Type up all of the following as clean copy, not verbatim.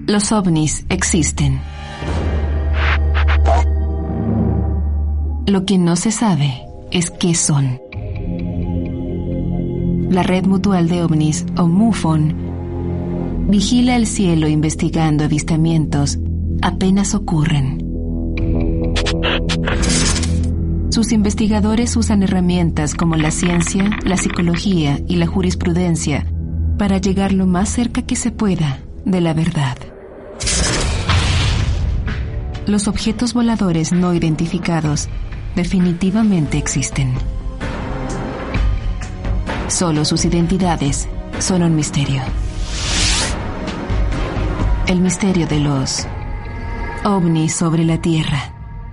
Los ovnis existen. Lo que no se sabe es qué son. La Red Mutual de OVNIs, o MUFON, vigila el cielo investigando avistamientos apenas ocurren. Sus investigadores usan herramientas como la ciencia, la psicología y la jurisprudencia para llegar lo más cerca que se pueda de la verdad. Los objetos voladores no identificados definitivamente existen. Solo sus identidades son un misterio. El misterio de los ovnis sobre la Tierra.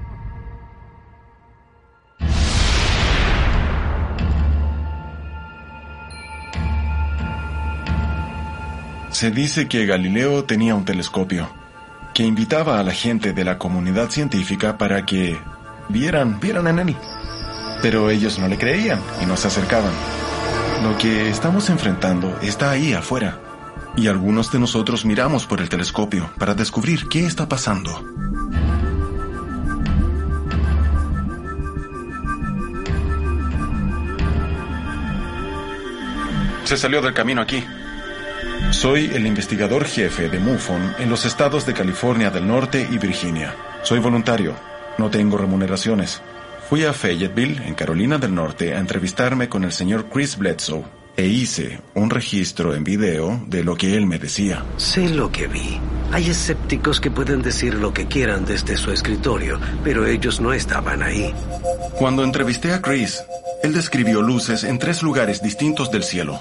Se dice que Galileo tenía un telescopio, que invitaba a la gente de la comunidad científica para que vieran en él. Pero ellos no le creían y no se acercaban. Lo que estamos enfrentando está ahí afuera, y algunos de nosotros miramos por el telescopio para descubrir qué está pasando. Se salió del camino aquí. Soy el investigador jefe de MUFON en los estados de California del Norte y Virginia. Soy voluntario, no tengo remuneraciones. Fui a Fayetteville, en Carolina del Norte, a entrevistarme con el señor Chris Bledsoe e hice un registro en video de lo que él me decía. Sé lo que vi. Hay escépticos que pueden decir lo que quieran desde su escritorio, pero ellos no estaban ahí. Cuando entrevisté a Chris, él describió luces en 3 lugares distintos del cielo.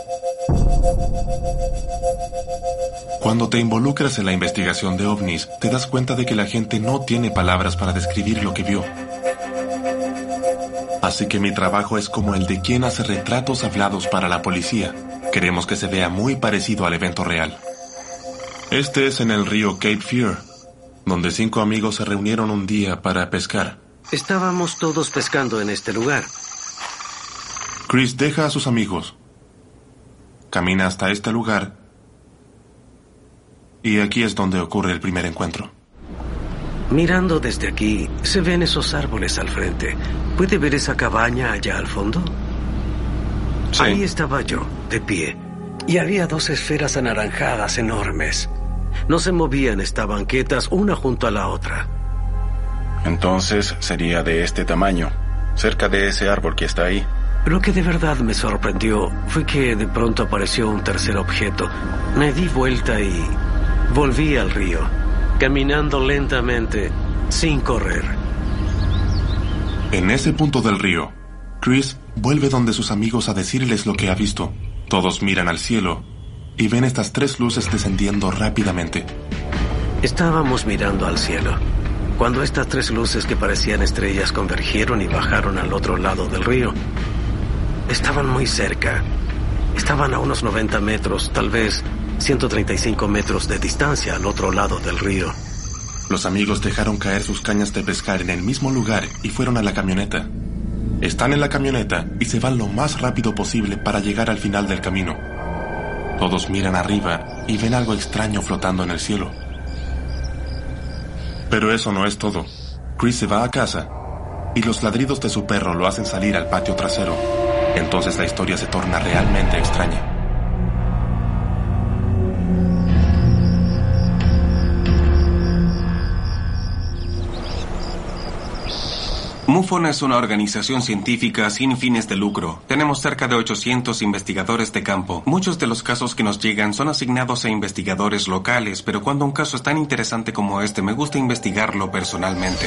Cuando te involucras en la investigación de ovnis, te das cuenta de que la gente no tiene palabras para describir lo que vio. Así que mi trabajo es como el de quien hace retratos hablados para la policía. Queremos que se vea muy parecido al evento real. Este es en el río Cape Fear, donde 5 amigos se reunieron un día para pescar. Estábamos todos pescando en este lugar. Chris deja a sus amigos, camina hasta este lugar, y aquí es donde ocurre el primer encuentro. Mirando desde aquí, se ven esos árboles al frente. ¿Puede ver esa cabaña allá al fondo? Sí. Ahí estaba yo, de pie, y había 2 esferas anaranjadas enormes. No se movían, estaban quietas una junto a la otra. Entonces sería de este tamaño, cerca de ese árbol que está ahí. Lo que de verdad me sorprendió fue que de pronto apareció un tercer objeto. Me di vuelta y volví al río, caminando lentamente, sin correr. En ese punto del río, Chris vuelve donde sus amigos a decirles lo que ha visto. Todos miran al cielo y ven estas 3 luces descendiendo rápidamente. Estábamos mirando al cielo, cuando estas 3 luces que parecían estrellas convergieron y bajaron al otro lado del río. Estaban muy cerca. Estaban a unos 90 metros, tal vez 135 metros de distancia al otro lado del río. Los amigos dejaron caer sus cañas de pescar en el mismo lugar y fueron a la camioneta. Están en la camioneta y se van lo más rápido posible para llegar al final del camino. Todos miran arriba y ven algo extraño flotando en el cielo. Pero eso no es todo. Chris se va a casa y los ladridos de su perro lo hacen salir al patio trasero. Entonces la historia se torna realmente extraña. MUFON es una organización científica sin fines de lucro. Tenemos cerca de 800 investigadores de campo. Muchos de los casos que nos llegan son asignados a investigadores locales, pero cuando un caso es tan interesante como este, me gusta investigarlo personalmente.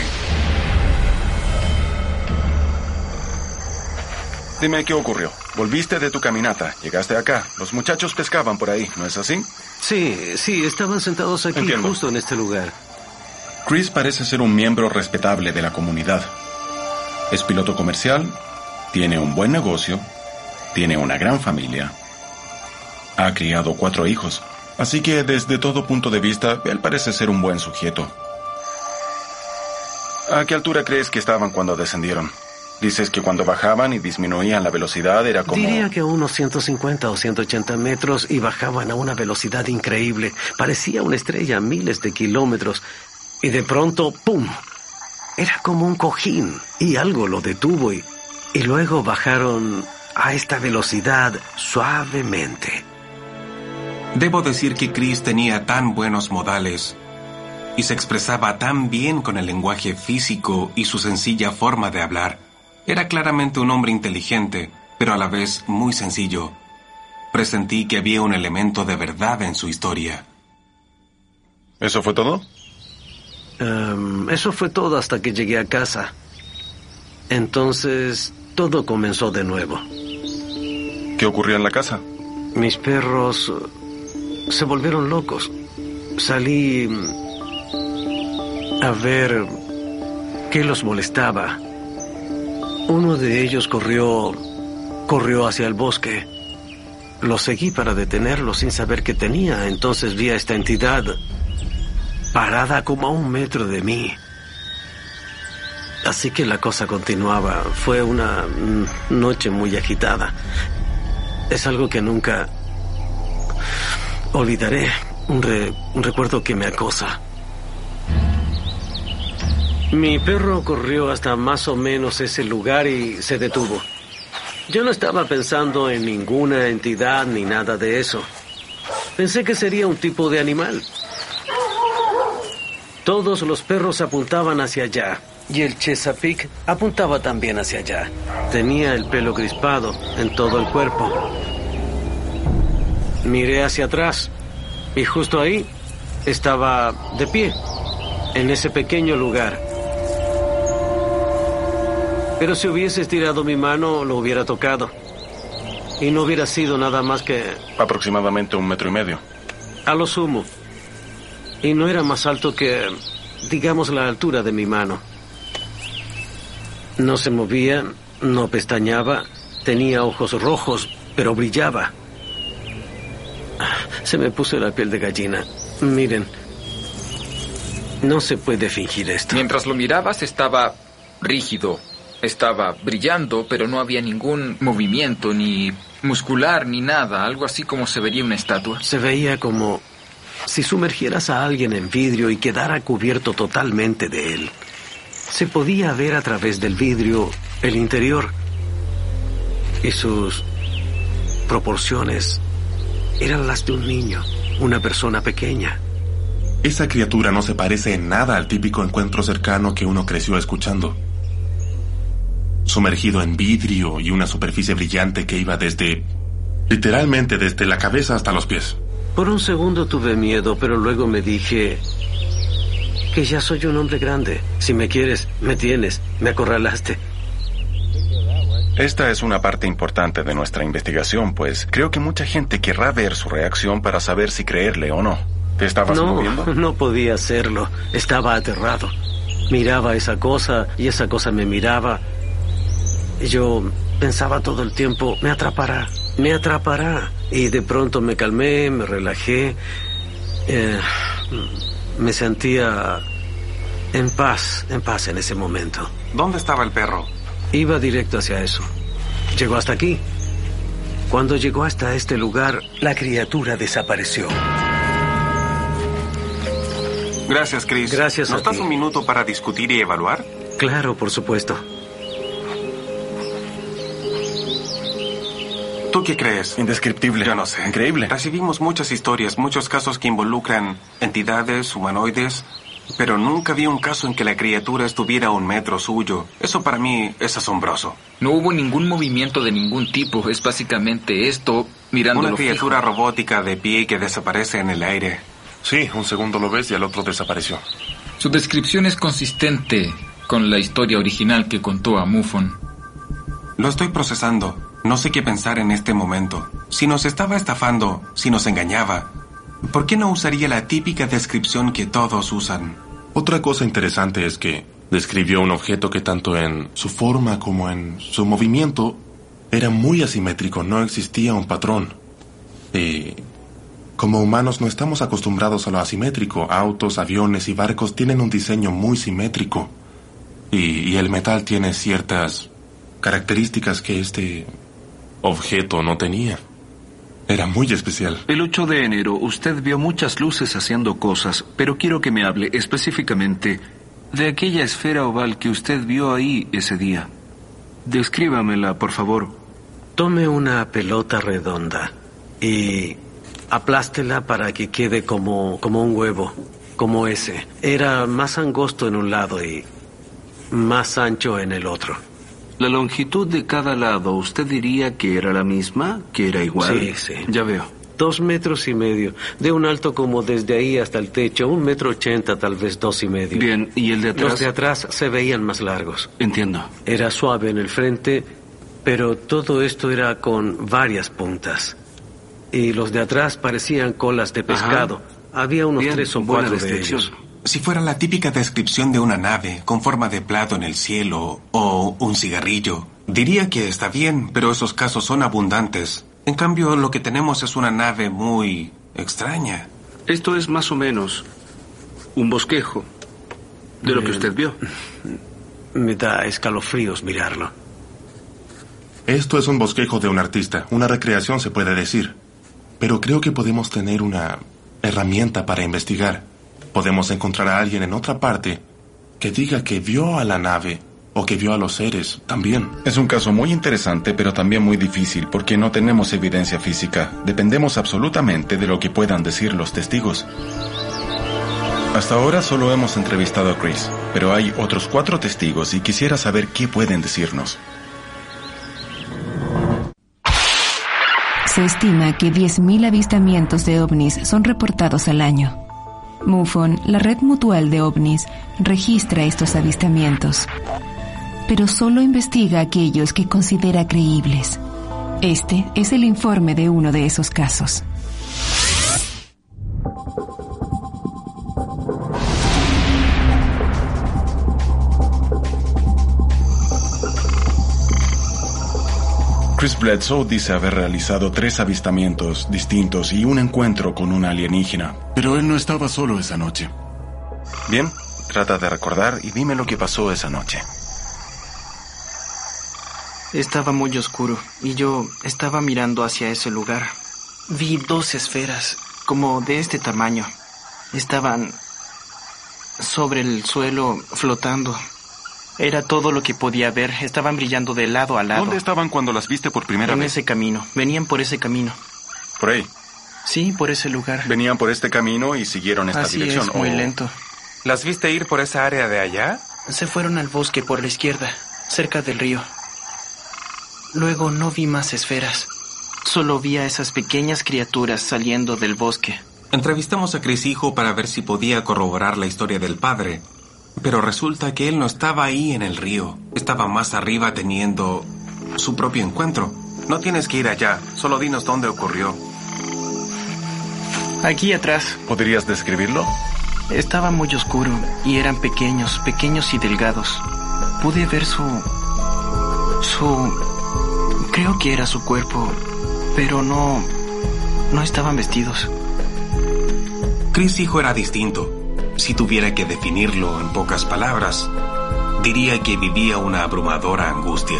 Dime qué ocurrió. Volviste de tu caminata, llegaste acá. Los muchachos pescaban por ahí, ¿no es así? Sí, estaban sentados aquí. Entiendo. Justo en este lugar. Chris parece ser un miembro respetable de la comunidad. Es piloto comercial, tiene un buen negocio, tiene una gran familia, ha criado 4 hijos, así que desde todo punto de vista, él parece ser un buen sujeto. ¿A qué altura crees que estaban cuando descendieron? Dices que cuando bajaban y disminuían la velocidad era como... Diría que a unos 150 o 180 metros y bajaban a una velocidad increíble. Parecía una estrella a miles de kilómetros. Y de pronto, ¡pum! Era como un cojín y algo lo detuvo y luego bajaron a esta velocidad suavemente. Debo decir que Chris tenía tan buenos modales y se expresaba tan bien con el lenguaje físico y su sencilla forma de hablar. Era claramente un hombre inteligente, pero a la vez muy sencillo. Presentí que había un elemento de verdad en su historia. ¿Eso fue todo? Eso fue todo hasta que llegué a casa. Entonces, todo comenzó de nuevo. ¿Qué ocurrió en la casa? Mis perros se volvieron locos. Salí a ver qué los molestaba. Uno de ellos corrió hacia el bosque. Lo seguí para detenerlo sin saber qué tenía. Entonces vi a esta entidad parada como a 1 metro de mí. Así que la cosa continuaba. Fue una noche muy agitada. Es algo que nunca olvidaré. Un recuerdo que me acosa. Mi perro corrió hasta más o menos ese lugar y se detuvo. Yo no estaba pensando en ninguna entidad ni nada de eso. Pensé que sería un tipo de animal. Todos los perros apuntaban hacia allá y el Chesapeake apuntaba también hacia allá. Tenía el pelo crispado en todo el cuerpo. Miré hacia atrás y justo ahí estaba de pie, en ese pequeño lugar. Pero si hubiese estirado mi mano, lo hubiera tocado. Y no hubiera sido nada más que... Aproximadamente 1,5 metros. A lo sumo. Y no era más alto que, digamos, la altura de mi mano. No se movía, no pestañeaba, tenía ojos rojos, pero brillaba. Se me puso la piel de gallina. Miren, no se puede fingir esto. Mientras lo mirabas estaba rígido. Estaba brillando, pero no había ningún movimiento, ni muscular, ni nada. Algo así como se vería una estatua. Se veía como si sumergieras a alguien en vidrio y quedara cubierto totalmente de él. Se podía ver a través del vidrio el interior. Y sus proporciones eran las de un niño, una persona pequeña. Esa criatura no se parece en nada al típico encuentro cercano que uno creció escuchando. Sumergido en vidrio y una superficie brillante que iba literalmente desde la cabeza hasta los pies. Por un segundo tuve miedo, pero luego me dije que ya soy un hombre grande. Si me quieres, me tienes, me acorralaste. Esta es una parte importante de nuestra investigación, pues creo que mucha gente querrá ver su reacción para saber si creerle o no. ¿Te estabas moviendo? No podía hacerlo. Estaba aterrado. Miraba esa cosa y esa cosa me miraba. Yo pensaba todo el tiempo, me atrapará. Y de pronto me calmé, me relajé. Me sentía en paz en ese momento. ¿Dónde estaba el perro? Iba directo hacia eso. Llegó hasta aquí. Cuando llegó hasta este lugar, la criatura desapareció. Gracias, Chris. Gracias a ¿Nos das ti. un minuto para discutir y evaluar? Claro, por supuesto. ¿Tú qué crees? Indescriptible. Yo no sé. Increíble. Recibimos muchas historias, muchos casos que involucran entidades humanoides, pero nunca vi un caso en que la criatura estuviera a 1 metro suyo. Eso para mí es asombroso. No hubo ningún movimiento de ningún tipo. Es básicamente esto, mirándolo Una criatura fijo. robótica de pie que desaparece en el aire. Sí, un segundo lo ves y al otro desapareció. Su descripción es consistente con la historia original que contó a MUFON. Lo estoy procesando. No sé qué pensar en este momento. Si nos estaba estafando, si nos engañaba, ¿por qué no usaría la típica descripción que todos usan? Otra cosa interesante es que describió un objeto que tanto en su forma como en su movimiento era muy asimétrico, no existía un patrón. Y como humanos no estamos acostumbrados a lo asimétrico. Autos, aviones y barcos tienen un diseño muy simétrico. Y el metal tiene ciertas características que este objeto no tenía. Era muy especial. El 8 de enero usted vio muchas luces haciendo cosas, pero quiero que me hable específicamente de aquella esfera oval que usted vio ahí ese día. Descríbamela, por favor. Tome una pelota redonda y aplástela para que quede como un huevo, como ese. Era más angosto en un lado y más ancho en el otro. La longitud de cada lado, ¿usted diría que era la misma? ¿Que era igual? Sí, sí. Ya veo. 2,5 metros, de un alto como desde ahí hasta el techo, 1,80 m, tal vez 2,5 metros. Bien, ¿y el de atrás? Los de atrás se veían más largos. Entiendo. Era suave en el frente, pero todo esto era con varias puntas. Y los de atrás parecían colas de pescado. Ajá. Había unos Bien, 3 o buena 4 de descripción. ellos. Si fuera la típica descripción de una nave con forma de plato en el cielo o un cigarrillo, diría que está bien, pero esos casos son abundantes. En cambio, lo que tenemos es una nave muy extraña. Esto es más o menos un bosquejo de lo que usted vio. Me da escalofríos mirarlo. Esto es un bosquejo de un artista, una recreación se puede decir. Pero creo que podemos tener una herramienta para investigar. Podemos encontrar a alguien en otra parte que diga que vio a la nave o que vio a los seres también. Es un caso muy interesante, pero también muy difícil porque no tenemos evidencia física. Dependemos absolutamente de lo que puedan decir los testigos. Hasta ahora solo hemos entrevistado a Chris, pero hay otros 4 testigos y quisiera saber qué pueden decirnos. Se estima que 10.000 avistamientos de ovnis son reportados al año. MUFON, la red mutual de ovnis, registra estos avistamientos, pero solo investiga aquellos que considera creíbles. Este es el informe de uno de esos casos. Chris Bledsoe dice haber realizado 3 avistamientos distintos y un encuentro con un alienígena. Pero él no estaba solo esa noche. Bien, trata de recordar y dime lo que pasó esa noche. Estaba muy oscuro y yo estaba mirando hacia ese lugar. Vi 2 esferas, como de este tamaño. Estaban sobre el suelo, flotando. Era todo lo que podía ver. Estaban brillando de lado a lado. ¿Dónde estaban cuando las viste por primera vez? En ese camino. Venían por ese camino. ¿Por ahí? Sí, por ese lugar. Venían por este camino y siguieron esta Así dirección. es, muy lento. ¿Las viste ir por esa área de allá? Se fueron al bosque por la izquierda, cerca del río. Luego no vi más esferas. Solo vi a esas pequeñas criaturas saliendo del bosque. Entrevistamos a Chris hijo para ver si podía corroborar la historia del padre. Pero resulta que él no estaba ahí en el río. Estaba más arriba teniendo su propio encuentro. No tienes que ir allá. Solo dinos dónde ocurrió. Aquí atrás. ¿Podrías describirlo? Estaba muy oscuro y eran pequeños y delgados. Pude ver su... Creo que era su cuerpo, pero no estaban vestidos. Chris hijo era distinto. Si tuviera que definirlo en pocas palabras, diría que vivía una abrumadora angustia.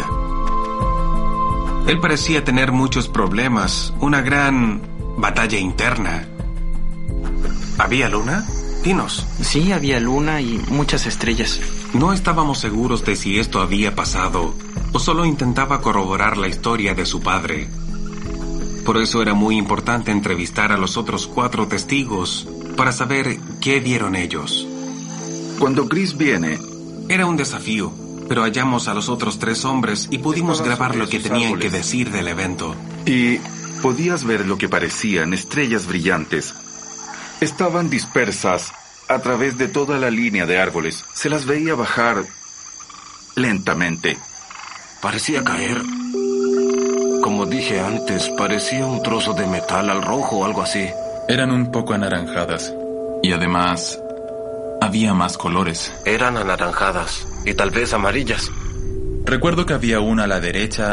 Él parecía tener muchos problemas, una gran batalla interna. ¿Había luna? Dinos. Sí, había luna y muchas estrellas. No estábamos seguros de si esto había pasado o solo intentaba corroborar la historia de su padre. Por eso era muy importante entrevistar a los otros 4 testigos para saber qué vieron ellos. Cuando Chris viene... Era un desafío, pero hallamos a los otros 3 hombres y pudimos grabar lo que tenían que decir del evento. Y podías ver lo que parecían estrellas brillantes. Estaban dispersas a través de toda la línea de árboles. Se las veía bajar lentamente. Parecía caer. Como dije antes, parecía un trozo de metal al rojo o algo así. Eran un poco anaranjadas. Y además, había más colores. Eran anaranjadas y tal vez amarillas. Recuerdo que había una a la derecha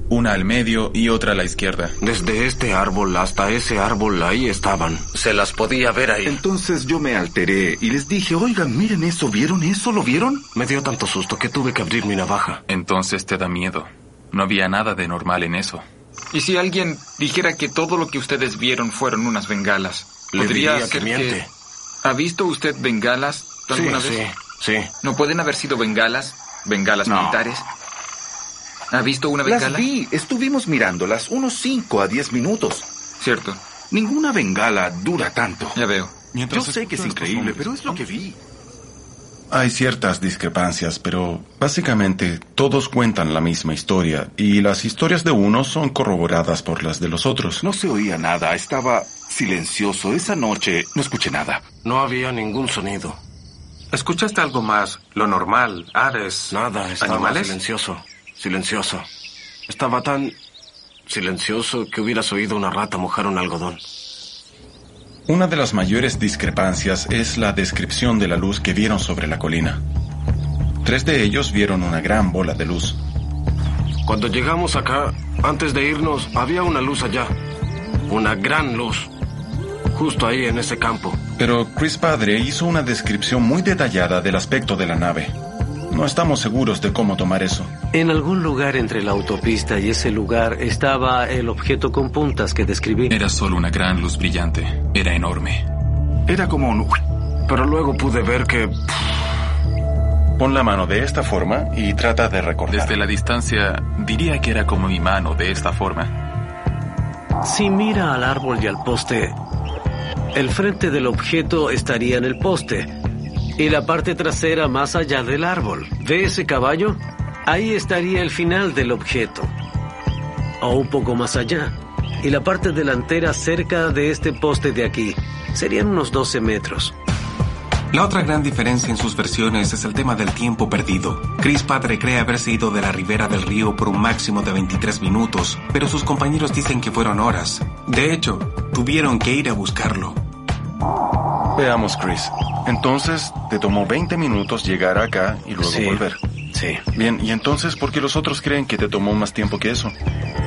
Una al medio y otra a la izquierda. Desde este árbol hasta ese árbol, ahí estaban. Se las podía ver ahí. Entonces yo me alteré y les dije, oigan, miren eso, ¿vieron eso? ¿Lo vieron? Me dio tanto susto que tuve que abrir mi navaja. Entonces te da miedo. No había nada de normal en eso. ¿Y si alguien dijera que todo lo que ustedes vieron fueron unas bengalas? Le diría ser que miente. ¿Ha visto usted bengalas alguna vez? Sí. ¿No pueden haber sido bengalas? ¿Bengalas militares? ¿Ha visto una bengala? Las vi, estuvimos mirándolas unos 5 a 10 minutos. Cierto. Ninguna bengala dura tanto. Ya veo. Yo sé que es increíble, pero es lo que vi. Hay ciertas discrepancias, pero básicamente todos cuentan la misma historia y las historias de unos son corroboradas por las de los otros. No se oía nada, estaba silencioso. Esa noche no escuché nada. No había ningún sonido. ¿Escuchaste algo más? Lo normal, aves, nada, estaba animales. Silencioso. Estaba tan silencioso que hubieras oído una rata mojar un algodón. Una de las mayores discrepancias es la descripción de la luz que vieron sobre la colina. 3 de ellos vieron una gran bola de luz. Cuando llegamos acá, antes de irnos, había una luz allá. Una gran luz. Justo ahí en ese campo. Pero Chris padre hizo una descripción muy detallada del aspecto de la nave. No estamos seguros de cómo tomar eso. En algún lugar entre la autopista y ese lugar estaba el objeto con puntas que describí. Era solo una gran luz brillante. Era enorme. Era como un... Pero luego pude ver que... Pon la mano de esta forma y trata de recordar. Desde la distancia, diría que era como mi mano, de esta forma. Si mira al árbol y al poste, el frente del objeto estaría en el poste y la parte trasera más allá del árbol. ¿Ve ese caballo? Ahí estaría el final del objeto. O un poco más allá. Y la parte delantera cerca de este poste de aquí. Serían unos 12 metros. La otra gran diferencia en sus versiones es el tema del tiempo perdido. Chris padre cree haberse ido de la ribera del río por un máximo de 23 minutos, pero sus compañeros dicen que fueron horas. De hecho, tuvieron que ir a buscarlo. Veamos, Chris. Entonces, te tomó 20 minutos llegar acá y luego volver. Sí. Bien, ¿y entonces por qué los otros creen que te tomó más tiempo que eso?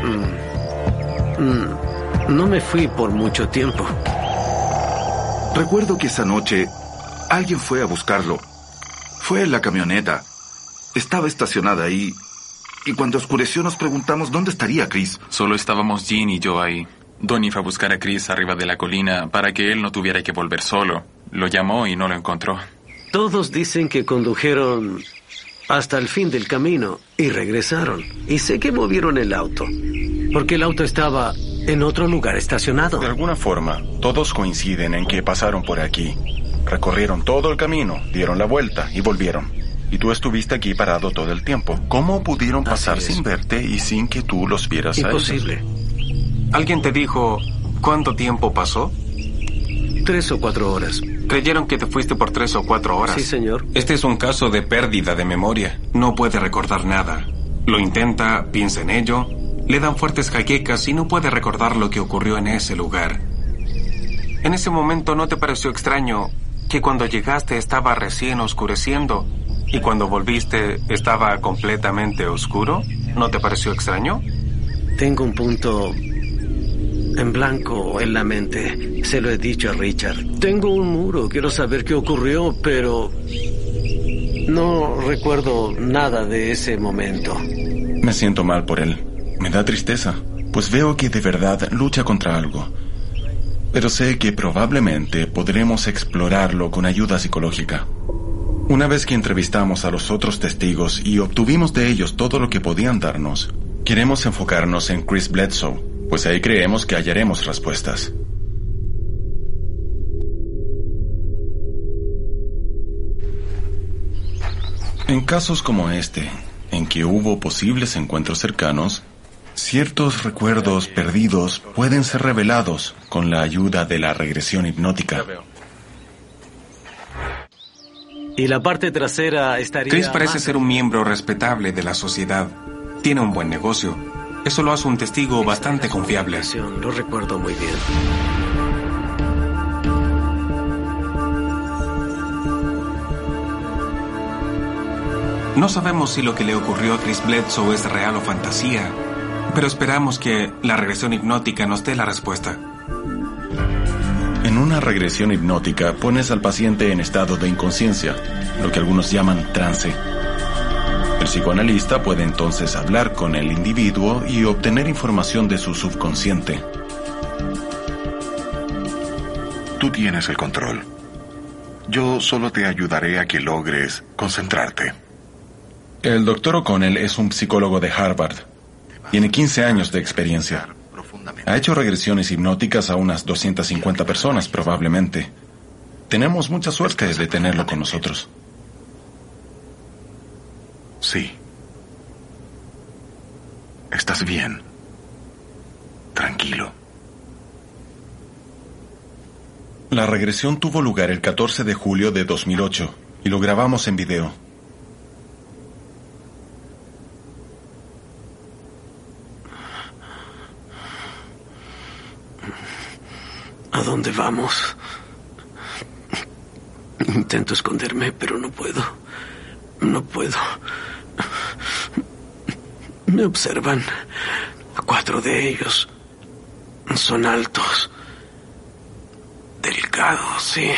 No me fui por mucho tiempo. Recuerdo que esa noche alguien fue a buscarlo. Fue en la camioneta. Estaba estacionada ahí. Y cuando oscureció nos preguntamos dónde estaría Chris. Solo estábamos Jean y yo ahí. Donnie fue a buscar a Chris arriba de la colina para que él no tuviera que volver solo. Lo llamó y no lo encontró. Todos dicen que condujeron hasta el fin del camino y regresaron. Y sé que movieron el auto, porque el auto estaba en otro lugar estacionado. De alguna forma, todos coinciden en que pasaron por aquí. Recorrieron todo el camino, dieron la vuelta y volvieron. Y tú estuviste aquí parado todo el tiempo. ¿Cómo pudieron pasar sin verte y sin que tú los vieras a ellos? Imposible. ¿Alguien te dijo cuánto tiempo pasó? 3 o 4 horas. ¿Creyeron que te fuiste por 3 o 4 horas? Sí, señor. Este es un caso de pérdida de memoria. No puede recordar nada. Lo intenta, piensa en ello, le dan fuertes jaquecas y no puede recordar lo que ocurrió en ese lugar. En ese momento, ¿no te pareció extraño que cuando llegaste estaba recién oscureciendo y cuando volviste estaba completamente oscuro? ¿No te pareció extraño? Tengo un punto en blanco en la mente. Se lo he dicho a Richard. Tengo un muro, quiero saber qué ocurrió, pero no recuerdo nada de ese momento. Me siento mal por él. Me da tristeza, pues veo que de verdad lucha contra algo. Pero sé que probablemente podremos explorarlo con ayuda psicológica. Una vez que entrevistamos a los otros testigos y obtuvimos de ellos todo lo que podían darnos, queremos enfocarnos en Chris Bledsoe, pues ahí creemos que hallaremos respuestas. En casos como este, en que hubo posibles encuentros cercanos, ciertos recuerdos perdidos pueden ser revelados con la ayuda de la regresión hipnótica. Y la parte trasera estaría... Chris parece ser un miembro respetable de la sociedad. Tiene un buen negocio. Eso lo hace un testigo bastante confiable. Lo recuerdo muy bien. No sabemos si lo que le ocurrió a Chris Bledsoe es real o fantasía, Pero esperamos que la regresión hipnótica nos dé la respuesta. En una regresión hipnótica pones al paciente en estado de inconsciencia, lo que algunos llaman trance. El psicoanalista puede entonces hablar con el individuo y obtener información de su subconsciente. Tú tienes el control. Yo solo te ayudaré a que logres concentrarte. El Dr. O'Connell es un psicólogo de Harvard. Tiene 15 años de experiencia. Ha hecho regresiones hipnóticas a unas 250 personas, probablemente. Tenemos mucha suerte de tenerlo con nosotros. Sí. Estás bien. Tranquilo. La regresión tuvo lugar el 14 de julio de 2008 y lo grabamos en video. ¿A dónde vamos? Intento esconderme, pero no puedo. No puedo. Me observan. 4 de ellos. Son altos. Delgados, sí.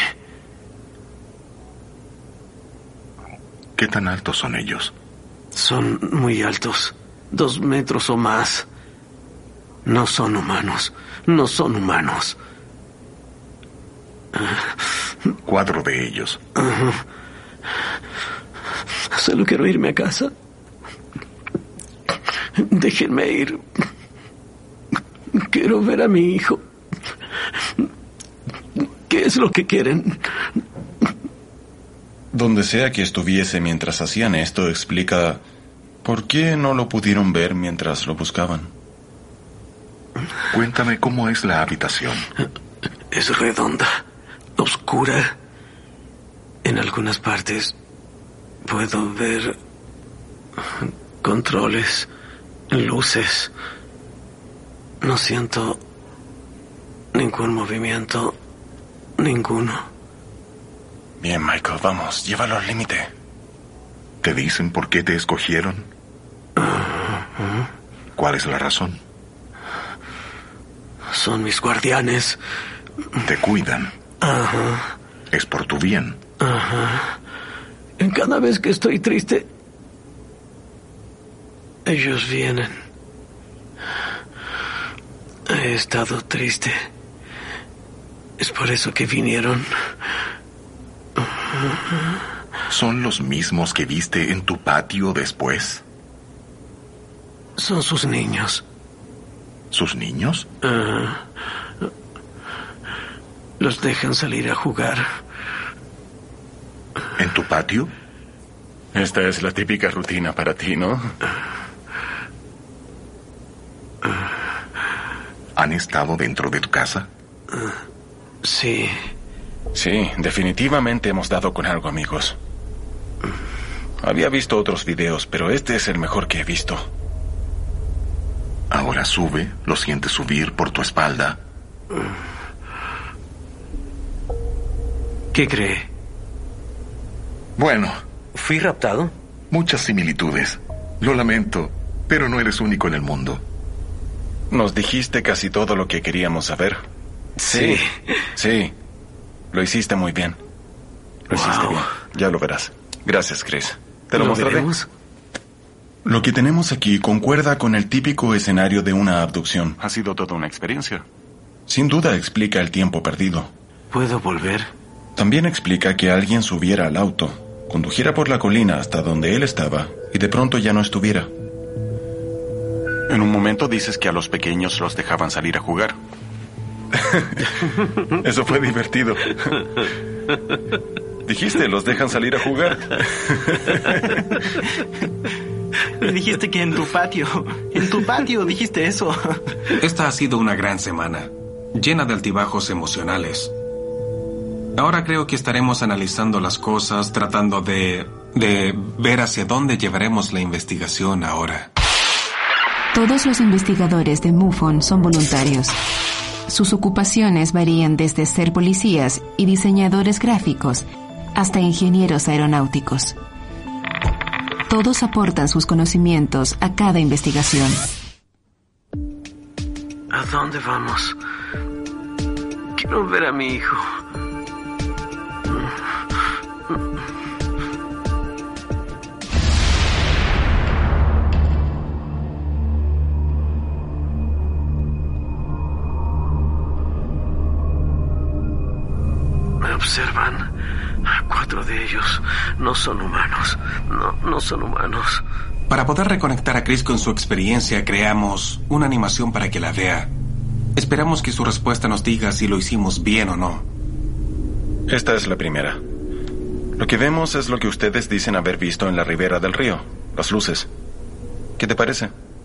¿Qué tan altos son ellos? Son muy altos. 2 metros o más. No son humanos. No son humanos. 4 de ellos. Solo quiero irme a casa. Déjenme ir. Quiero ver a mi hijo. ¿Qué es lo que quieren? Donde sea que estuviese mientras hacían esto, explica por qué no lo pudieron ver mientras lo buscaban. Cuéntame cómo es la habitación. Es redonda, oscura. En algunas partes puedo ver controles, luces. No siento ningún movimiento, ninguno. Bien, Michael, vamos, llévalo al límite. ¿Te dicen por qué te escogieron? ¿Cuál es la razón? Son mis guardianes. Te cuidan. Ajá. Es por tu bien. Ajá. Cada vez que estoy triste, ellos vienen. He estado triste. Es por eso que vinieron. ¿Son los mismos que viste en tu patio después? Son sus niños. ¿Sus niños? Los dejan salir a jugar. ¿En tu patio? Esta es la típica rutina para ti, ¿no? ¿Han estado dentro de tu casa? Sí. Sí, definitivamente hemos dado con algo, amigos. Había visto otros videos, pero este es el mejor que he visto. Ahora sube, lo sientes subir por tu espalda. ¿Qué cree? Bueno. ¿Fui raptado? Muchas similitudes. Lo lamento, pero no eres único en el mundo. Nos dijiste casi todo lo que queríamos saber. Sí. Sí. Lo hiciste muy bien. Lo hiciste bien. Ya lo verás. Gracias, Chris. Te lo mostraré. ¿Veremos? Lo que tenemos aquí concuerda con el típico escenario de una abducción. Ha sido toda una experiencia. Sin duda explica el tiempo perdido. ¿Puedo volver? También explica que alguien subiera al auto, condujera por la colina hasta donde él estaba y de pronto ya no estuviera. En un momento dices que a los pequeños los dejaban salir a jugar. Eso fue divertido. Dijiste, los dejan salir a jugar. Me dijiste que en tu patio dijiste eso. Esta ha sido una gran semana, llena de altibajos emocionales. Ahora creo que estaremos analizando las cosas, tratando de ver hacia dónde llevaremos la investigación ahora. Todos los investigadores de MUFON son voluntarios. Sus ocupaciones varían desde ser policías y diseñadores gráficos hasta ingenieros aeronáuticos. Todos aportan sus conocimientos a cada investigación. ¿A dónde vamos? Quiero ver a mi hijo. Me observan. 4 de ellos no son humanos. No son humanos. Para poder reconectar a Chris con su experiencia, creamos una animación para que la vea. Esperamos que su respuesta nos diga si lo hicimos bien o no. Esta es la primera. Lo que vemos es lo que ustedes dicen haber visto en la ribera del río. Las luces. ¿Qué te parece?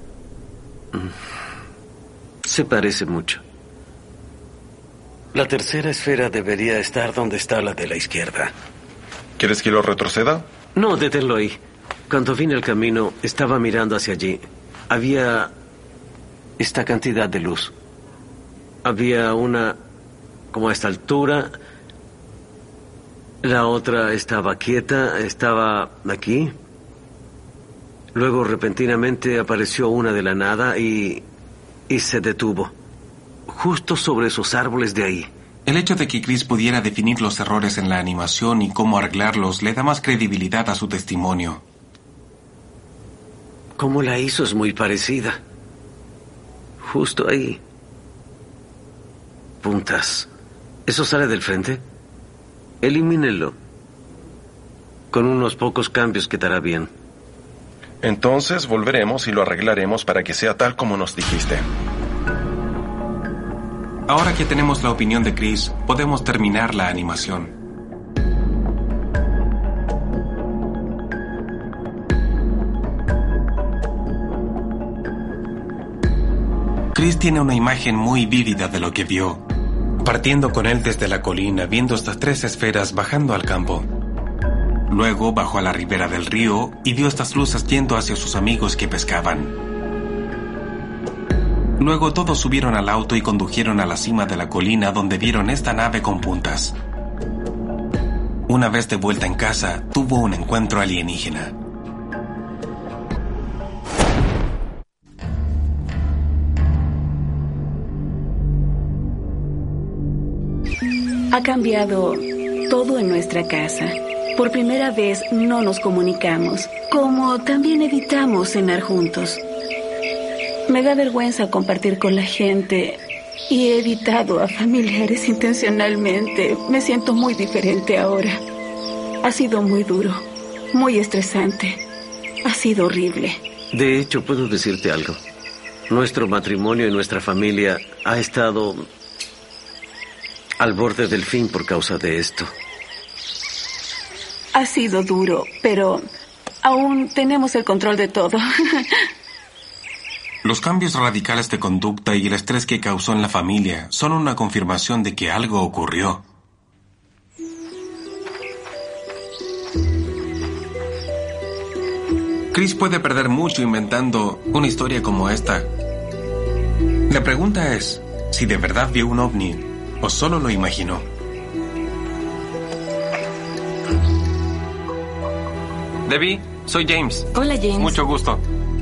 Se parece mucho. La tercera esfera debería estar donde está la de la izquierda. ¿Quieres que lo retroceda? No, deténlo ahí. Cuando vine al camino, estaba mirando hacia allí. Había esta cantidad de luz. Había una como a esta altura. La otra estaba quieta, estaba aquí. Luego repentinamente apareció una de la nada y se detuvo. Justo sobre esos árboles de ahí. El hecho de que Chris pudiera definir los errores en la animación y cómo arreglarlos le da más credibilidad a su testimonio. Cómo la hizo es muy parecida. Justo ahí. Puntas. ¿Eso sale del frente? Elimínenlo. Con unos pocos cambios quedará bien. Entonces volveremos y lo arreglaremos para que sea tal como nos dijiste. Ahora que tenemos la opinión de Chris, podemos terminar la animación. Chris tiene una imagen muy vívida de lo que vio, partiendo con él desde la colina, viendo estas 3 esferas bajando al campo. Luego bajó a la ribera del río y vio estas luces yendo hacia sus amigos que pescaban. Luego todos subieron al auto y condujeron a la cima de la colina donde vieron esta nave con puntas. Una vez de vuelta en casa, tuvo un encuentro alienígena. Ha cambiado todo en nuestra casa. Por primera vez no nos comunicamos, como también evitamos cenar juntos. Me da vergüenza compartir con la gente y he evitado a familiares intencionalmente. Me siento muy diferente ahora. Ha sido muy duro, muy estresante. Ha sido horrible. De hecho, puedo decirte algo. Nuestro matrimonio y nuestra familia ha estado al borde del fin por causa de esto. Ha sido duro, pero aún tenemos el control de todo. Los cambios radicales de conducta y el estrés que causó en la familia son una confirmación de que algo ocurrió. Chris puede perder mucho inventando una historia como esta. La pregunta es si de verdad vio un ovni o solo lo imaginó. Debbie, soy James. Hola, James. Mucho gusto.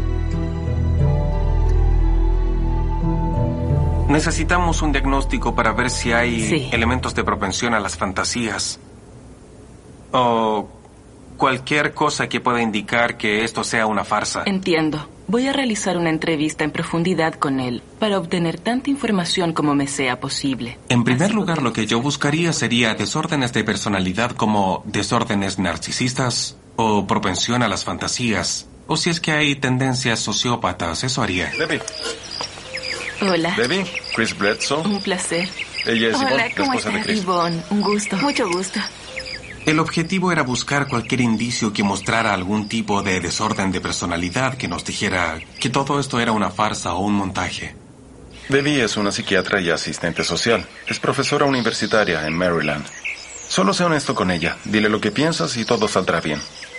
Necesitamos un diagnóstico para ver si hay elementos de propensión a las fantasías. O cualquier cosa que pueda indicar que esto sea una farsa. Entiendo. Voy a realizar una entrevista en profundidad con él para obtener tanta información como me sea posible. En primer lugar, lo que yo buscaría sería desórdenes de personalidad como desórdenes narcisistas o propensión a las fantasías. O si es que hay tendencias sociópatas, eso haría. Debbie. Hola. Debbie, Chris Bledsoe. Un placer. Ella es Hola, Yvonne, la ¿cómo esposa de estás? Chris. Yvonne, un gusto. Mucho gusto. El objetivo era buscar cualquier indicio que mostrara algún tipo de desorden de personalidad que nos dijera que todo esto era una farsa o un montaje. Debbie es una psiquiatra y asistente social. Es profesora universitaria en Maryland. Solo sé honesto con ella. Dile lo que piensas y todo saldrá bien.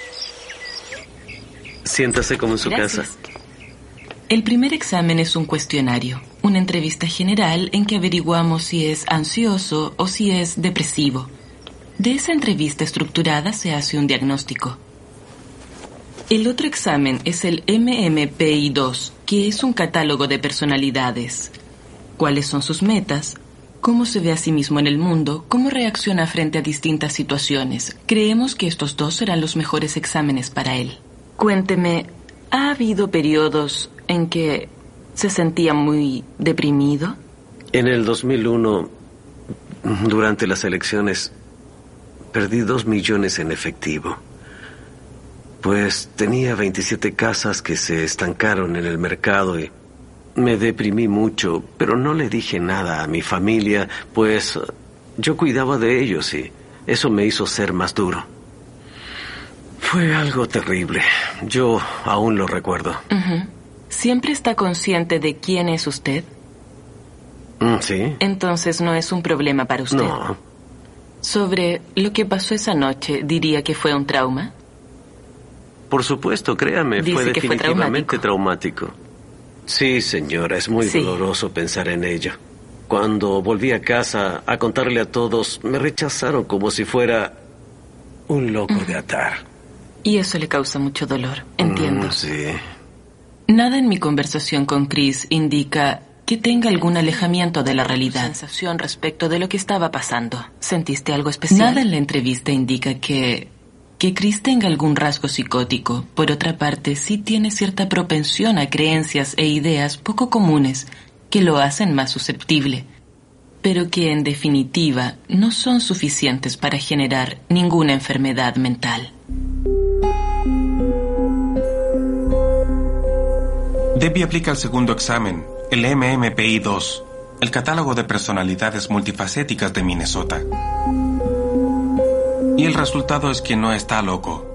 Siéntase como en su Gracias. casa. El primer examen es un cuestionario, una entrevista general en que averiguamos si es ansioso o si es depresivo. De esa entrevista estructurada se hace un diagnóstico. El otro examen es el MMPI-2, que es un catálogo de personalidades. cuáles son sus metas, cómo se ve a sí mismo en el mundo, cómo reacciona frente a distintas situaciones. Creemos que estos dos serán los mejores exámenes para él. Cuénteme, ¿ha habido periodos en que se sentía muy deprimido? En el 2001, durante las elecciones, perdí 2 millones en efectivo. Pues tenía 27 casas que se estancaron en el mercado y me deprimí mucho, pero no le dije nada a mi familia, pues yo cuidaba de ellos y eso me hizo ser más duro. Fue algo terrible. Yo aún lo recuerdo. ¿Siempre está consciente de quién es usted? Sí. Entonces no es un problema para usted. No. Sobre lo que pasó esa noche, ¿diría que fue un trauma? Por supuesto, créame, Dice fue que fue definitivamente traumático. Sí, señora, es muy doloroso pensar en ello. Cuando volví a casa a contarle a todos, me rechazaron como si fuera un loco de atar. Y eso le causa mucho dolor, entiendo. Sí. Nada en mi conversación con Chris indica que tenga algún alejamiento de la realidad. Sensación respecto de lo que estaba pasando. ¿Sentiste algo especial? Nada en la entrevista indica que Chris tenga algún rasgo psicótico. Por otra parte, sí tiene cierta propensión a creencias e ideas poco comunes que lo hacen más susceptible, pero que en definitiva no son suficientes para generar ninguna enfermedad mental. Debbie aplica el segundo examen, el MMPI-2, el catálogo de personalidades multifacéticas de Minnesota. Y el resultado es que no está loco.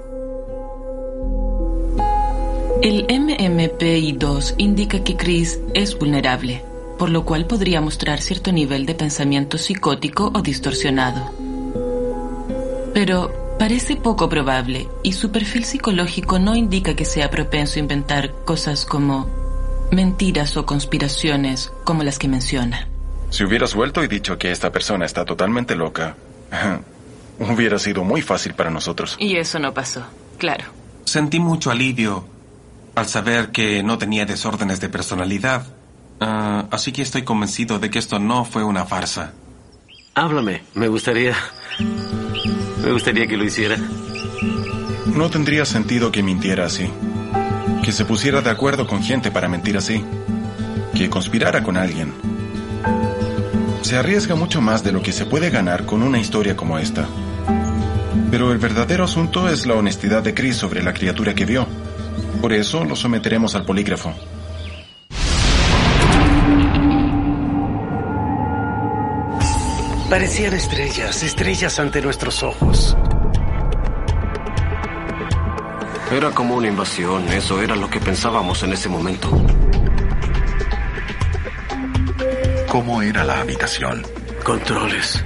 El MMPI-2 indica que Chris es vulnerable, por lo cual podría mostrar cierto nivel de pensamiento psicótico o distorsionado. Pero parece poco probable y su perfil psicológico no indica que sea propenso a inventar cosas como mentiras o conspiraciones como las que menciona. Si hubieras vuelto y dicho que esta persona está totalmente loca, hubiera sido muy fácil para nosotros. Y eso no pasó, claro. Sentí mucho alivio al saber que no tenía desórdenes de personalidad. Así que estoy convencido de que esto no fue una farsa. Háblame, me gustaría que lo hiciera. No tendría sentido que mintiera así. Que se pusiera de acuerdo con gente para mentir así. Que conspirara con alguien. Se arriesga mucho más de lo que se puede ganar con una historia como esta. Pero el verdadero asunto es la honestidad de Chris sobre la criatura que vio. Por eso lo someteremos al polígrafo. Parecían estrellas ante nuestros ojos. Era como una invasión, eso era lo que pensábamos en ese momento. ¿Cómo era la habitación? Controles.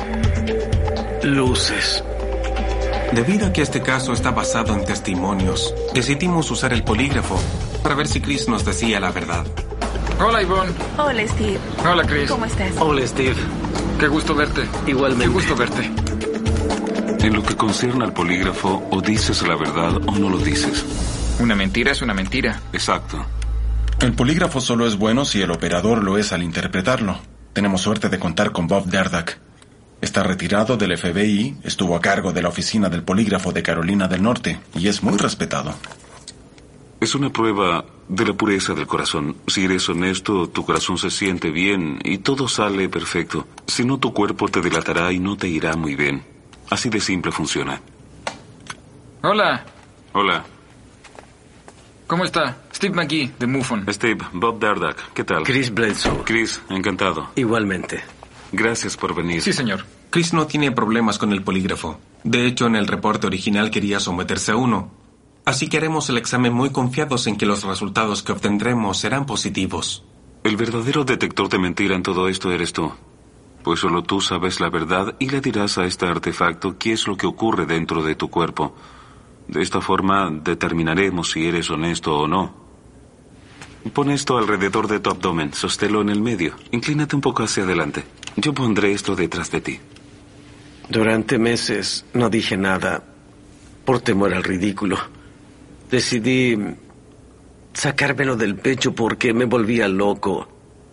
Luces. Debido a que este caso está basado en testimonios, decidimos usar el polígrafo para ver si Chris nos decía la verdad. Hola, Yvonne. Hola, Steve. Hola, Chris. ¿Cómo estás? Hola, Steve. Qué gusto verte. Igualmente. Qué gusto verte. En lo que concierne al polígrafo, o dices la verdad o no lo dices. Una mentira es una mentira. Exacto. El polígrafo solo es bueno si el operador lo es al interpretarlo. Tenemos suerte de contar con Bob Derdak. Está retirado del FBI, estuvo a cargo de la oficina del polígrafo de Carolina del Norte y es muy respetado. Es una prueba de la pureza del corazón. Si eres honesto, tu corazón se siente bien y todo sale perfecto. Si no, tu cuerpo te delatará y no te irá muy bien. Así de simple funciona. Hola. Hola. ¿Cómo está? Steve McGee, de MUFON. Steve, Bob Derdak, ¿qué tal? Chris Bledsoe. Chris, encantado. Igualmente. Gracias por venir. Sí, señor. Chris no tiene problemas con el polígrafo. De hecho, en el reporte original quería someterse a uno. Así que haremos el examen muy confiados en que los resultados que obtendremos serán positivos. El verdadero detector de mentira en todo esto eres tú. Pues solo tú sabes la verdad y le dirás a este artefacto qué es lo que ocurre dentro de tu cuerpo. De esta forma determinaremos si eres honesto o no. Pon esto alrededor de tu abdomen, sosténlo en el medio. Inclínate un poco hacia adelante. Yo pondré esto detrás de ti. Durante meses no dije nada por temor al ridículo. Decidí sacármelo del pecho porque me volvía loco.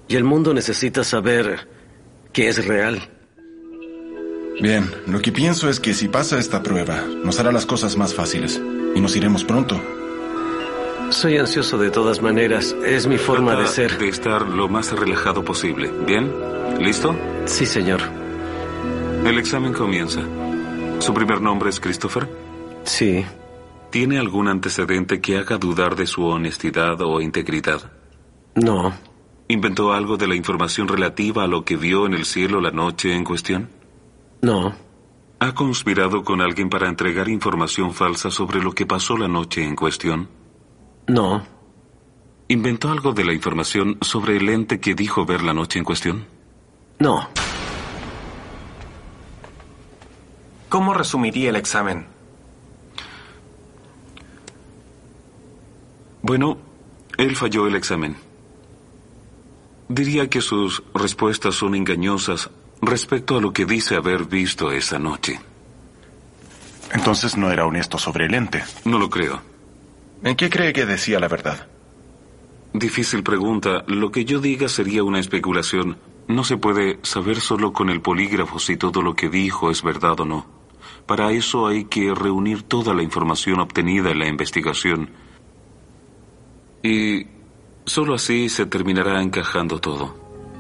Y el mundo necesita saber que es real. Bien, lo que pienso es que si pasa esta prueba, nos hará las cosas más fáciles y nos iremos pronto. Soy ansioso de todas maneras. Es mi forma de ser. De estar lo más relajado posible. ¿Bien? ¿Listo? Sí, señor. El examen comienza. ¿Su primer nombre es Christopher? Sí. ¿Tiene algún antecedente que haga dudar de su honestidad o integridad? No. ¿Inventó algo de la información relativa a lo que vio en el cielo la noche en cuestión? No. ¿Ha conspirado con alguien para entregar información falsa sobre lo que pasó la noche en cuestión? No. ¿Inventó algo de la información sobre el ente que dijo ver la noche en cuestión? No. ¿Cómo resumiría el examen? Bueno, él falló el examen. Diría que sus respuestas son engañosas respecto a lo que dice haber visto esa noche. Entonces no era honesto sobre el ente. No lo creo. ¿En qué cree que decía la verdad? Difícil pregunta. Lo que yo diga sería una especulación. No se puede saber solo con el polígrafo si todo lo que dijo es verdad o no. Para eso hay que reunir toda la información obtenida en la investigación. Y solo así se terminará encajando todo.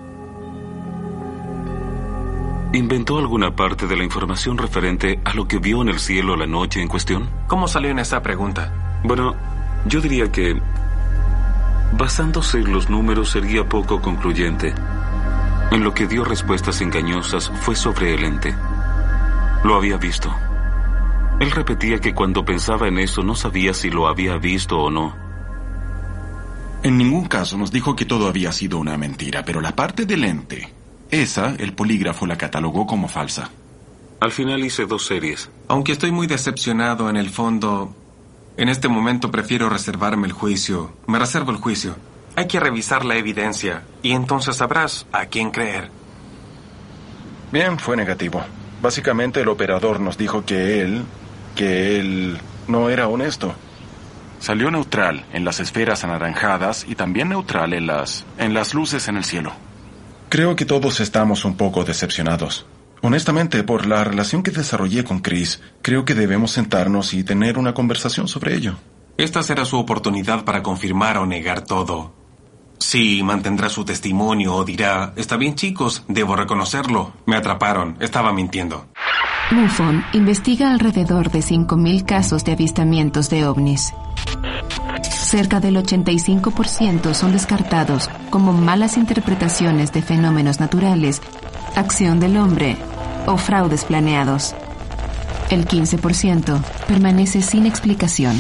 ¿Inventó alguna parte de la información referente a lo que vio en el cielo la noche en cuestión? ¿Cómo salió en esa pregunta? Bueno, yo diría que basándose en los números sería poco concluyente. En lo que dio respuestas engañosas fue sobre el ente. Lo había visto. Él repetía que cuando pensaba en eso no sabía si lo había visto o no. En ningún caso nos dijo que todo había sido una mentira, pero la parte del ente, esa, el polígrafo la catalogó como falsa. Al final hice 2 series. Aunque estoy muy decepcionado en el fondo, en este momento prefiero reservarme el juicio. Me reservo el juicio. Hay que revisar la evidencia y entonces sabrás a quién creer. Bien, fue negativo. Básicamente el operador nos dijo que él no era honesto. Salió neutral en las esferas anaranjadas y también neutral en las luces en el cielo. Creo que todos estamos un poco decepcionados. Honestamente, por la relación que desarrollé con Chris, creo que debemos sentarnos y tener una conversación sobre ello. Esta será su oportunidad para confirmar o negar todo. Sí, mantendrá su testimonio o dirá, está bien chicos, debo reconocerlo, me atraparon, estaba mintiendo. MUFON investiga alrededor de 5.000 casos de avistamientos de ovnis. Cerca del 85% son descartados como malas interpretaciones de fenómenos naturales, acción del hombre o fraudes planeados. El 15% permanece sin explicación.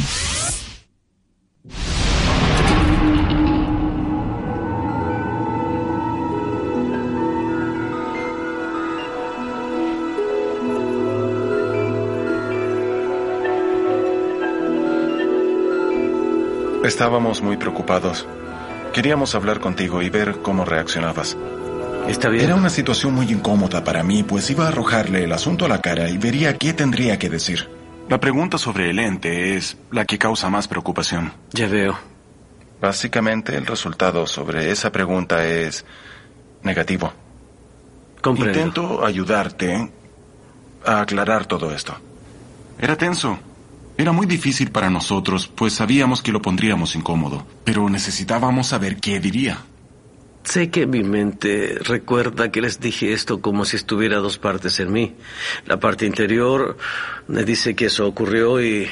Estábamos muy preocupados. Queríamos hablar contigo y ver cómo reaccionabas. Está bien. Era una situación muy incómoda para mí, pues iba a arrojarle el asunto a la cara y vería qué tendría que decir. La pregunta sobre el ente es la que causa más preocupación. Ya veo. Básicamente, el resultado sobre esa pregunta es negativo. Comprendo. Intento ayudarte a aclarar todo esto. Era tenso. Era muy difícil para nosotros, pues sabíamos que lo pondríamos incómodo, pero necesitábamos saber qué diría. Sé que mi mente recuerda que les dije esto como si estuviera 2 partes en mí. La parte interior me dice que eso ocurrió y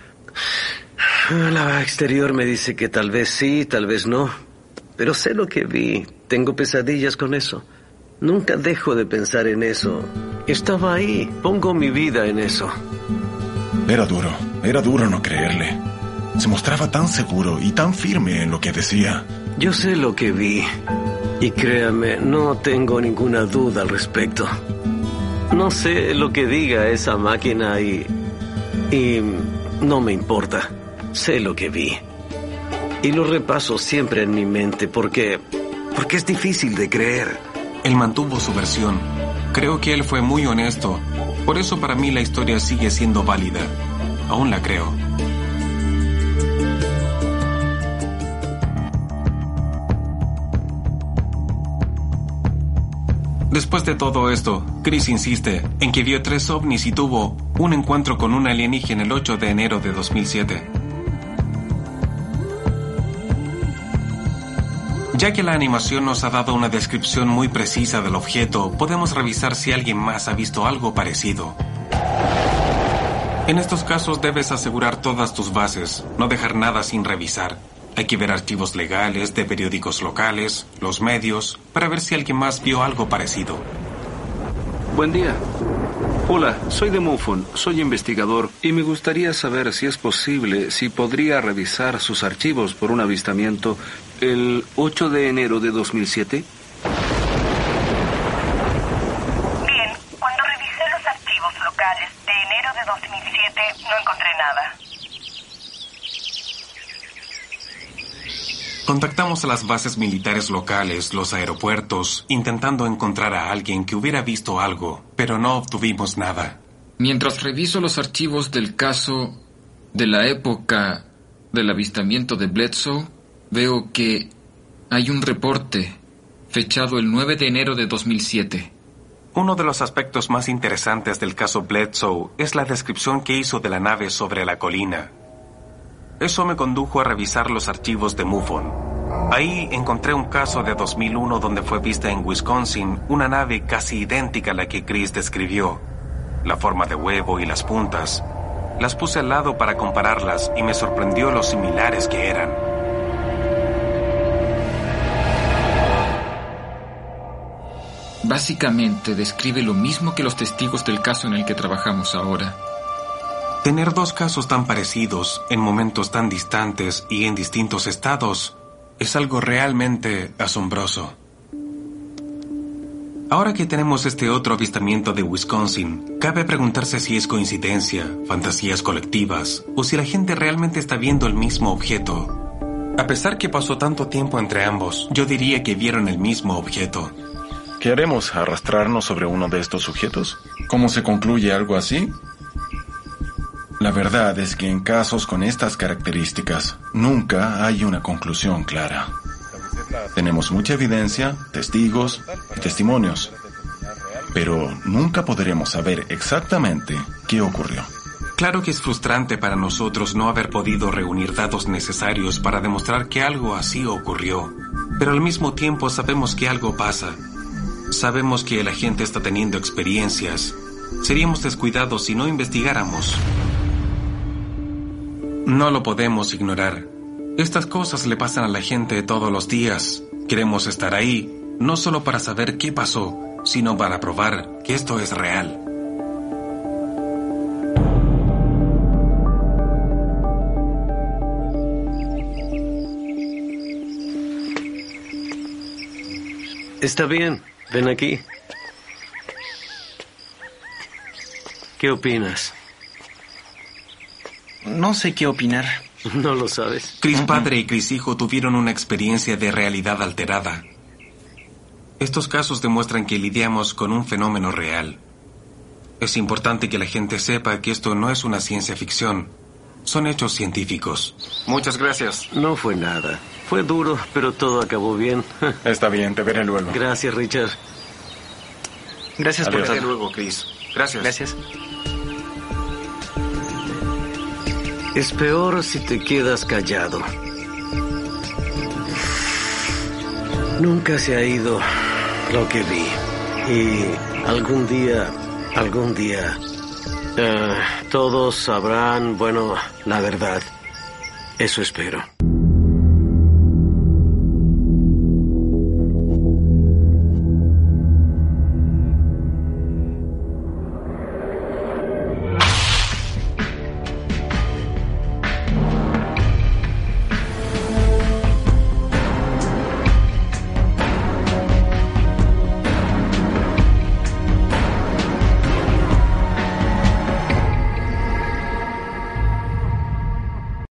la exterior me dice que tal vez sí, tal vez no. Pero sé lo que vi. Tengo pesadillas con eso. Nunca dejo de pensar en eso. Estaba ahí. Pongo mi vida en eso. Era duro no creerle. Se mostraba tan seguro y tan firme en lo que decía. Yo sé lo que vi. Y créame, no tengo ninguna duda al respecto. No sé lo que diga esa máquina y no me importa. Sé lo que vi. Y lo repaso siempre en mi mente porque es difícil de creer. Él mantuvo su versión. Creo que él fue muy honesto. Por eso para mí la historia sigue siendo válida. Aún la creo. Después de todo esto, Chris insiste en que vio 3 ovnis y tuvo un encuentro con un alienígena el 8 de enero de 2007. Ya que la animación nos ha dado una descripción muy precisa del objeto, podemos revisar si alguien más ha visto algo parecido. En estos casos debes asegurar todas tus bases, no dejar nada sin revisar. Hay que ver archivos legales de periódicos locales, los medios, para ver si alguien más vio algo parecido. Buen día. Hola, soy de MUFON, soy investigador y me gustaría saber si es posible, si podría revisar sus archivos por un avistamiento el 8 de enero de 2007. Bien, cuando revisé los archivos locales de enero de 2007 no encontré nada. Contactamos a las bases militares locales, los aeropuertos, intentando encontrar a alguien que hubiera visto algo, pero no obtuvimos nada. Mientras reviso los archivos del caso de la época del avistamiento de Bledsoe, veo que hay un reporte fechado el 9 de enero de 2007. Uno de los aspectos más interesantes del caso Bledsoe es la descripción que hizo de la nave sobre la colina. Eso me condujo a revisar los archivos de MUFON. Ahí encontré un caso de 2001 donde fue vista en Wisconsin una nave casi idéntica a la que Chris describió. La forma de huevo y las puntas. Las puse al lado para compararlas y me sorprendió lo similares que eran. Básicamente describe lo mismo que los testigos del caso en el que trabajamos ahora. Tener 2 casos tan parecidos, en momentos tan distantes y en distintos estados, es algo realmente asombroso. Ahora que tenemos este otro avistamiento de Wisconsin, cabe preguntarse si es coincidencia, fantasías colectivas, o si la gente realmente está viendo el mismo objeto. A pesar que pasó tanto tiempo entre ambos, yo diría que vieron el mismo objeto. ¿Qué haremos? ¿Arrastrarnos sobre uno de estos sujetos? ¿Cómo se concluye algo así? La verdad es que en casos con estas características, nunca hay una conclusión clara. Tenemos mucha evidencia, testigos y testimonios, pero nunca podremos saber exactamente qué ocurrió. Claro que es frustrante para nosotros no haber podido reunir datos necesarios para demostrar que algo así ocurrió, pero al mismo tiempo sabemos que algo pasa. Sabemos que la gente está teniendo experiencias. Seríamos descuidados si no investigáramos. No lo podemos ignorar. Estas cosas le pasan a la gente todos los días. Queremos estar ahí, no solo para saber qué pasó, sino para probar que esto es real. Está bien, ven aquí. ¿Qué opinas? No sé qué opinar. ¿No lo sabes? Chris padre y Chris hijo tuvieron una experiencia de realidad alterada. Estos casos demuestran que lidiamos con un fenómeno real. Es importante que la gente sepa que esto no es una ciencia ficción. Son hechos científicos. Muchas gracias. No fue nada. Fue duro, pero todo acabó bien. Está bien, te veré luego. Gracias, Richard. Gracias por Hasta luego, Chris. Gracias. Gracias. Es peor si te quedas callado. Nunca se ha ido lo que vi. Y algún día, todos sabrán, bueno, la verdad. Eso espero.